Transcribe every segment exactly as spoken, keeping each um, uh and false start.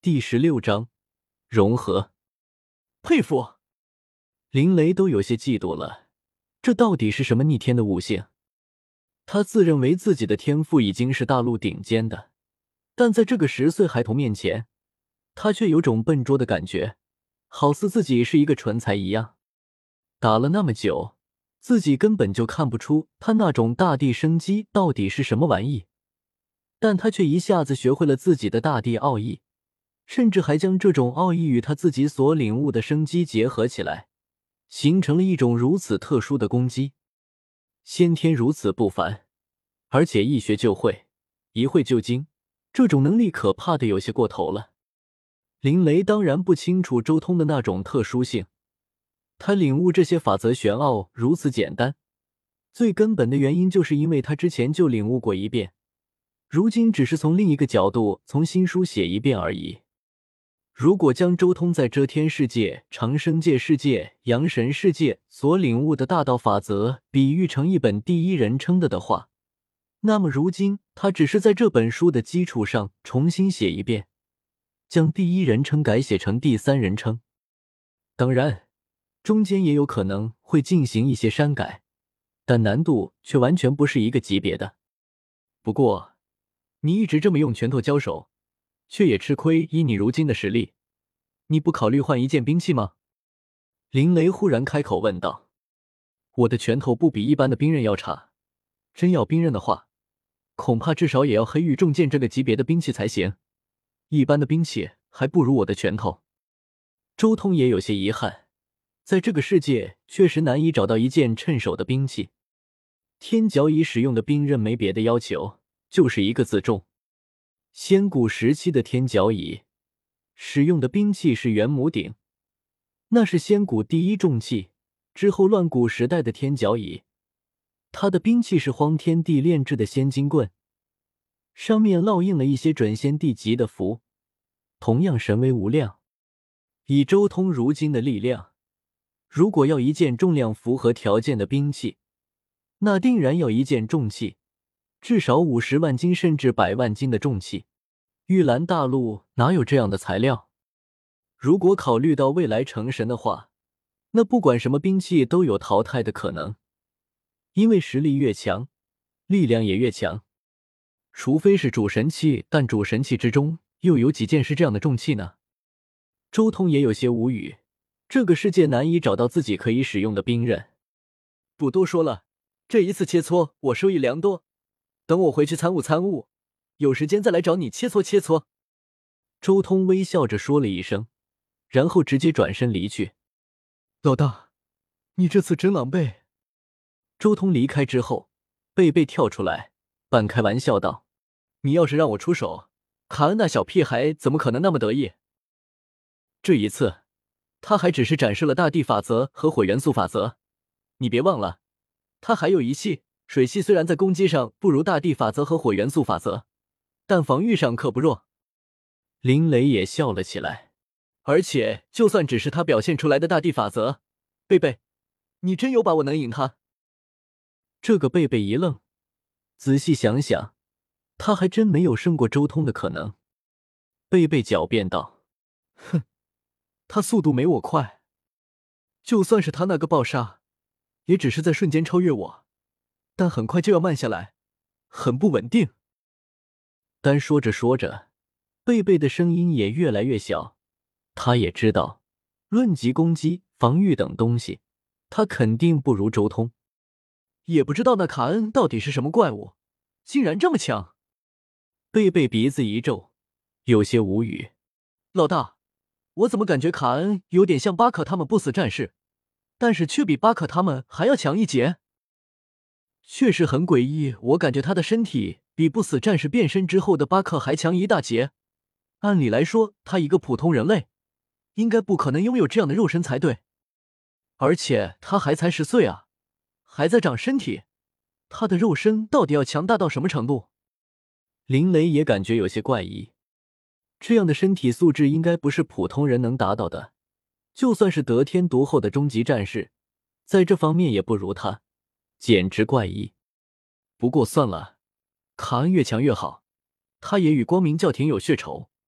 第十六章融合。 佩服！ 林雷都有些嫉妒了，这到底是什么逆天的悟性？他自认为自己的天赋已经是大陆顶尖的，但在这个十岁孩童面前，他却有种笨拙的感觉，好似自己是一个纯才一样。打了那么久，自己根本就看不出他那种大地生机到底是什么玩意，但他却一下子学会了自己的大地奥义，甚至还将这种奥义与他自己所领悟的生机结合起来，形成了一种如此特殊的攻击。先天如此不凡，而且一学就会，一会就精，这种能力可怕的有些过头了。林雷当然不清楚周通的那种特殊性，他领悟这些法则玄奥如此简单，最根本的原因就是因为他之前就领悟过一遍，如今只是从另一个角度重新书写一遍而已。如果将周通在遮天世界、长生界世界、阳神世界所领悟的大道法则比喻成一本第一人称的的话，那么如今他只是在这本书的基础上重新写一遍，将第一人称改写成第三人称。当然，中间也有可能会进行一些删改，但难度却完全不是一个级别的。不过，你一直这么用拳头交手，却也吃亏，以你如今的实力，你不考虑换一件兵器吗？林雷忽然开口问道。我的拳头不比一般的兵刃要差，真要兵刃的话，恐怕至少也要黑玉重剑这个级别的兵器才行，一般的兵器还不如我的拳头。周通也有些遗憾，在这个世界确实难以找到一件趁手的兵器。天角蚁使用的兵刃没别的要求，就是一个字重。仙古时期的天角蚁使用的兵器是元母鼎，那是仙古第一重器。之后乱古时代的天角蚁，它的兵器是荒天帝炼制的仙金棍，上面烙印了一些准仙帝级的符，同样神威无量。以周通如今的力量，如果要一件重量符合条件的兵器，那定然要一件重器，至少五十万斤甚至百万斤的重器。玉兰大陆哪有这样的材料？如果考虑到未来成神的话，那不管什么兵器都有淘汰的可能，因为实力越强，力量也越强。除非是主神器，但主神器之中又有几件是这样的重器呢？周通也有些无语，这个世界难以找到自己可以使用的兵刃。不多说了，这一次切磋我受益良多，等我回去参悟参悟，有时间再来找你切磋切磋。周通微笑着说了一声，然后直接转身离去。 老大，你这次真狼狈。 周通离开之后，贝贝跳出来，半开玩笑道：你要是让我出手，卡恩那小屁孩怎么可能那么得意？这一次，他还只是展示了大地法则和火元素法则，你别忘了，他还有一系水系，虽然在攻击上不如大地法则和火元素法则，但防御上可不弱。林雷也笑了起来。而且就算只是他表现出来的大地法则，贝贝，你真有把握能赢他？这个贝贝一愣，仔细想想，他还真没有胜过周通的可能。贝贝狡辩道：哼，他速度没我快，就算是他那个爆杀，也只是在瞬间超越我，但很快就要慢下来，很不稳定。单说着说着，贝贝的声音也越来越小。他也知道，论及攻击、防御等东西，他肯定不如周通。也不知道那卡恩到底是什么怪物，竟然这么强。贝贝鼻子一皱，有些无语。老大，我怎么感觉卡恩有点像巴克他们不死战士，但是却比巴克他们还要强一截？确实很诡异，我感觉他的身体比不死战士变身之后的巴克还强一大截。按理来说，他一个普通人类，应该不可能拥有这样的肉身才对，而且他还才十岁啊，还在长身体，他的肉身到底要强大到什么程度？林雷也感觉有些怪异，这样的身体素质应该不是普通人能达到的，就算是得天独厚的终极战士，在这方面也不如他，简直怪异。不过算了，卡恩越强越好，他也与光明教廷有血仇，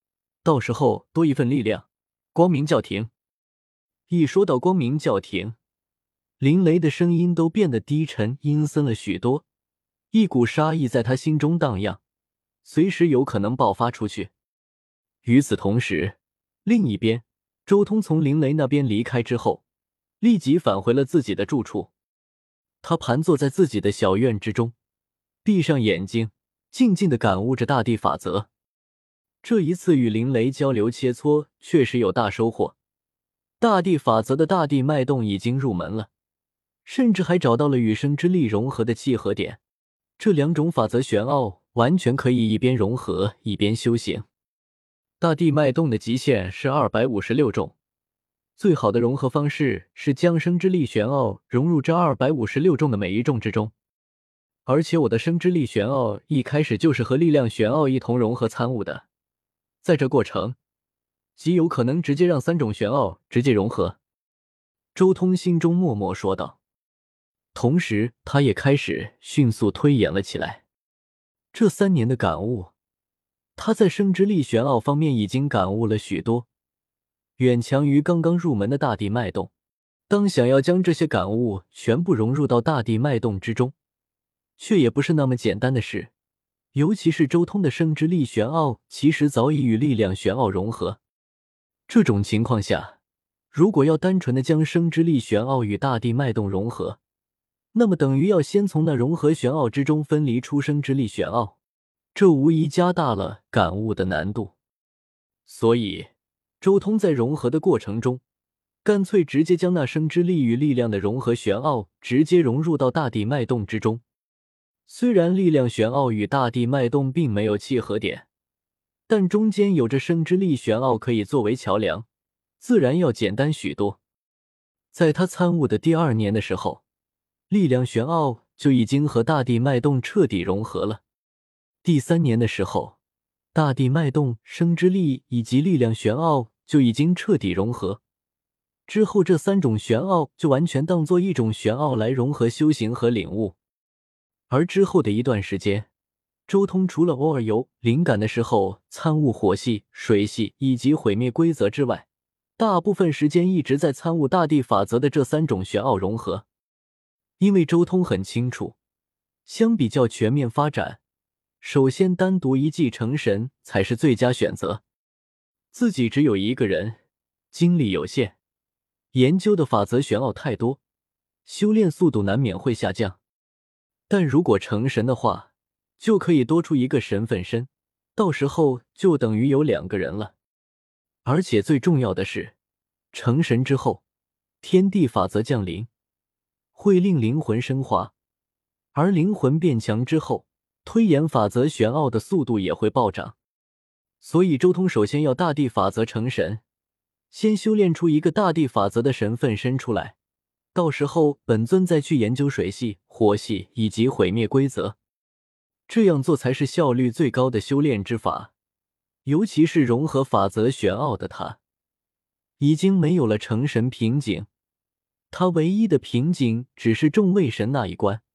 到时候多一份力量，光明教廷。一说到光明教廷，林雷的声音都变得低沉阴森了许多，一股杀意在他心中荡漾，随时有可能爆发出去。与此同时，另一边，周通从林雷那边离开之后，立即返回了自己的住处。他盘坐在自己的小院之中，闭上眼睛，静静地感悟着大地法则。这一次与林雷交流切磋，确实有大收获。大地法则的大地脉动已经入门了，甚至还找到了与生之力融合的契合点。这两种法则玄奥完全可以一边融合一边修行。大地脉动的极限是二百五十六种，最好的融合方式是将生之力玄奥融入这二百五十六种的每一种之中。而且我的生之力玄奥一开始就是和力量玄奥一同融合参悟的，在这过程极有可能直接让三种玄奥直接融合。周通心中默默说道，同时他也开始迅速推演了起来。这三年的感悟，他在生之力玄奥方面已经感悟了许多，远强于刚刚入门的大地脉动。当想要将这些感悟全部融入到大地脉动之中，却也不是那么简单的事。尤其是周通的生之力玄奥其实早已与力量玄奥融合。这种情况下，如果要单纯的将生之力玄奥与大地脉动融合，那么等于要先从那融合玄奥之中分离出生之力玄奥，这无疑加大了感悟的难度。所以周通在融合的过程中，干脆直接将那生之力与力量的融合玄奥直接融入到大地脉动之中。虽然力量玄奥与大地脉动并没有契合点，但中间有着生之力玄奥可以作为桥梁，自然要简单许多。在他参悟的第二年的时候，力量玄奥就已经和大地脉动彻底融合了。第三年的时候，大地脉动、生之力以及力量玄奥就已经彻底融合。之后这三种玄奥就完全当作一种玄奥来融合修行和领悟。而之后的一段时间，周通除了偶尔有灵感的时候参悟火系、水系以及毁灭规则之外，大部分时间一直在参悟大地法则的这三种玄奥融合。因为周通很清楚，相比较全面发展，首先单独一技成神才是最佳选择。自己只有一个人，精力有限，研究的法则玄奥太多，修炼速度难免会下降。但如果成神的话，就可以多出一个神分身，到时候就等于有两个人了。而且最重要的是，成神之后，天地法则降临，会令灵魂升华，而灵魂变强之后，推演法则玄奥的速度也会暴涨。所以周通首先要大地法则成神，先修炼出一个大地法则的神分身出来，到时候本尊再去研究水系、火系以及毁灭规则。这样做才是效率最高的修炼之法。尤其是融合法则玄奥的他，已经没有了成神瓶颈，他唯一的瓶颈只是众位神那一关。